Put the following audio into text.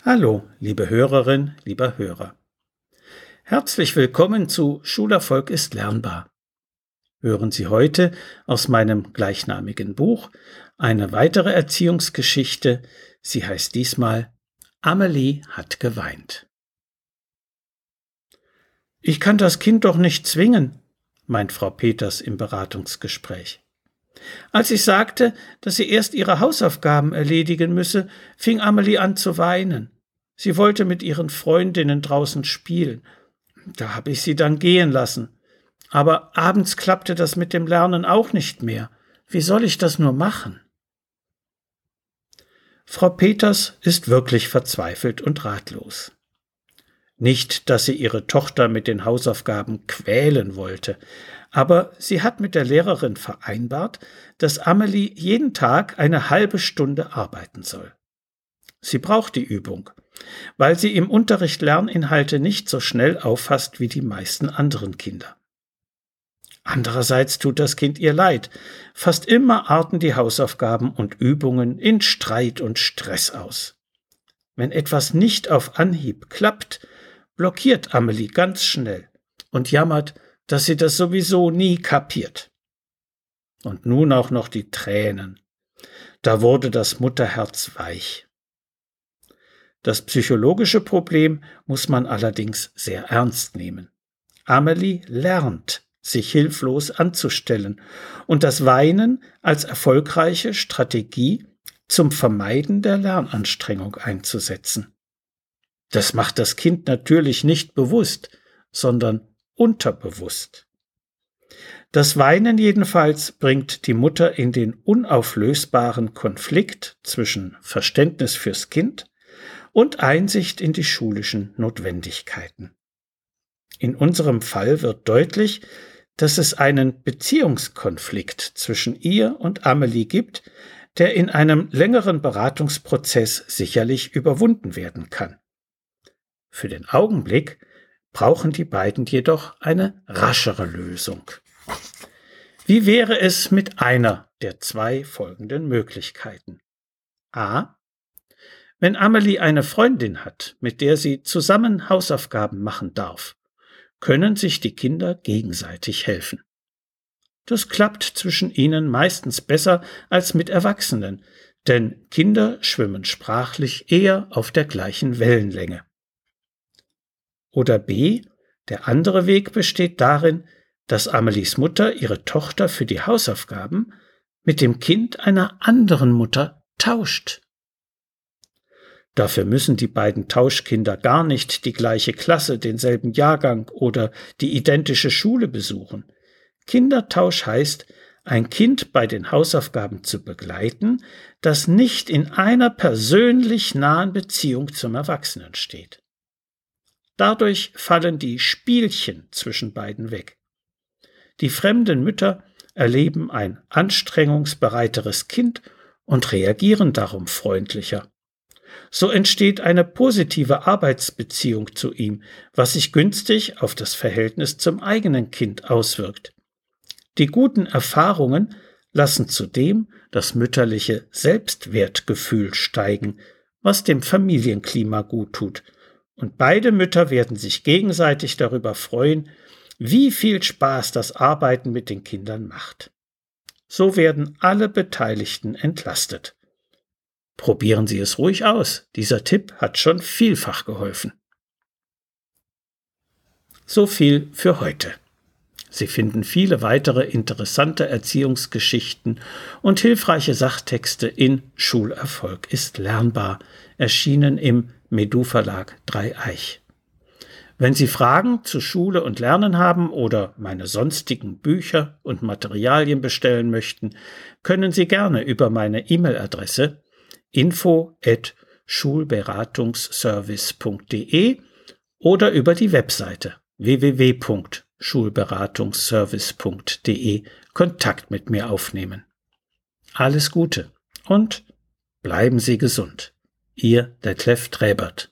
Hallo, liebe Hörerin, lieber Hörer. Herzlich willkommen zu Schulerfolg ist lernbar. Hören Sie heute aus meinem gleichnamigen Buch eine weitere Erziehungsgeschichte. Sie heißt diesmal Amelie hat geweint. Ich kann das Kind doch nicht zwingen, meint Frau Peters im Beratungsgespräch. Als ich sagte, dass sie erst ihre Hausaufgaben erledigen müsse, fing Amelie an zu weinen. Sie wollte mit ihren Freundinnen draußen spielen. Da habe ich sie dann gehen lassen. Aber abends klappte das mit dem Lernen auch nicht mehr. Wie soll ich das nur machen? Frau Peters ist wirklich verzweifelt und ratlos. Nicht, dass sie ihre Tochter mit den Hausaufgaben quälen wollte, aber sie hat mit der Lehrerin vereinbart, dass Amelie jeden Tag eine halbe Stunde arbeiten soll. Sie braucht die Übung, weil sie im Unterricht Lerninhalte nicht so schnell auffasst wie die meisten anderen Kinder. Andererseits tut das Kind ihr leid. Fast immer arten die Hausaufgaben und Übungen in Streit und Stress aus. Wenn etwas nicht auf Anhieb klappt, blockiert Amelie ganz schnell und jammert, dass sie das sowieso nie kapiert. Und nun auch noch die Tränen. Da wurde das Mutterherz weich. Das psychologische Problem muss man allerdings sehr ernst nehmen. Amelie lernt, sich hilflos anzustellen und das Weinen als erfolgreiche Strategie zum Vermeiden der Lernanstrengung einzusetzen. Das macht das Kind natürlich nicht bewusst, sondern unterbewusst. Das Weinen jedenfalls bringt die Mutter in den unauflösbaren Konflikt zwischen Verständnis fürs Kind und Einsicht in die schulischen Notwendigkeiten. In unserem Fall wird deutlich, dass es einen Beziehungskonflikt zwischen ihr und Amelie gibt, der in einem längeren Beratungsprozess sicherlich überwunden werden kann. Für den Augenblick brauchen die beiden jedoch eine raschere Lösung. Wie wäre es mit einer der zwei folgenden Möglichkeiten? A. Wenn Amelie eine Freundin hat, mit der sie zusammen Hausaufgaben machen darf, können sich die Kinder gegenseitig helfen. Das klappt zwischen ihnen meistens besser als mit Erwachsenen, denn Kinder schwimmen sprachlich eher auf der gleichen Wellenlänge. Oder B. Der andere Weg besteht darin, dass Amelies Mutter ihre Tochter für die Hausaufgaben mit dem Kind einer anderen Mutter tauscht. Dafür müssen die beiden Tauschkinder gar nicht die gleiche Klasse, denselben Jahrgang oder die identische Schule besuchen. Kindertausch heißt, ein Kind bei den Hausaufgaben zu begleiten, das nicht in einer persönlich nahen Beziehung zum Erwachsenen steht. Dadurch fallen die Spielchen zwischen beiden weg. Die fremden Mütter erleben ein anstrengungsbereiteres Kind und reagieren darum freundlicher. So entsteht eine positive Arbeitsbeziehung zu ihm, was sich günstig auf das Verhältnis zum eigenen Kind auswirkt. Die guten Erfahrungen lassen zudem das mütterliche Selbstwertgefühl steigen, was dem Familienklima guttut. Und beide Mütter werden sich gegenseitig darüber freuen, wie viel Spaß das Arbeiten mit den Kindern macht. So werden alle Beteiligten entlastet. Probieren Sie es ruhig aus. Dieser Tipp hat schon vielfach geholfen. So viel für heute. Sie finden viele weitere interessante Erziehungsgeschichten und hilfreiche Sachtexte in Schulerfolg ist lernbar, erschienen im Medu Verlag Dreieich. Wenn Sie Fragen zu Schule und Lernen haben oder meine sonstigen Bücher und Materialien bestellen möchten, können Sie gerne über meine E-Mail-Adresse info@schulberatungsservice.de oder über die Webseite www.schulberatungsservice.de Kontakt mit mir aufnehmen. Alles Gute und bleiben Sie gesund. Ihr Detlef Träbert.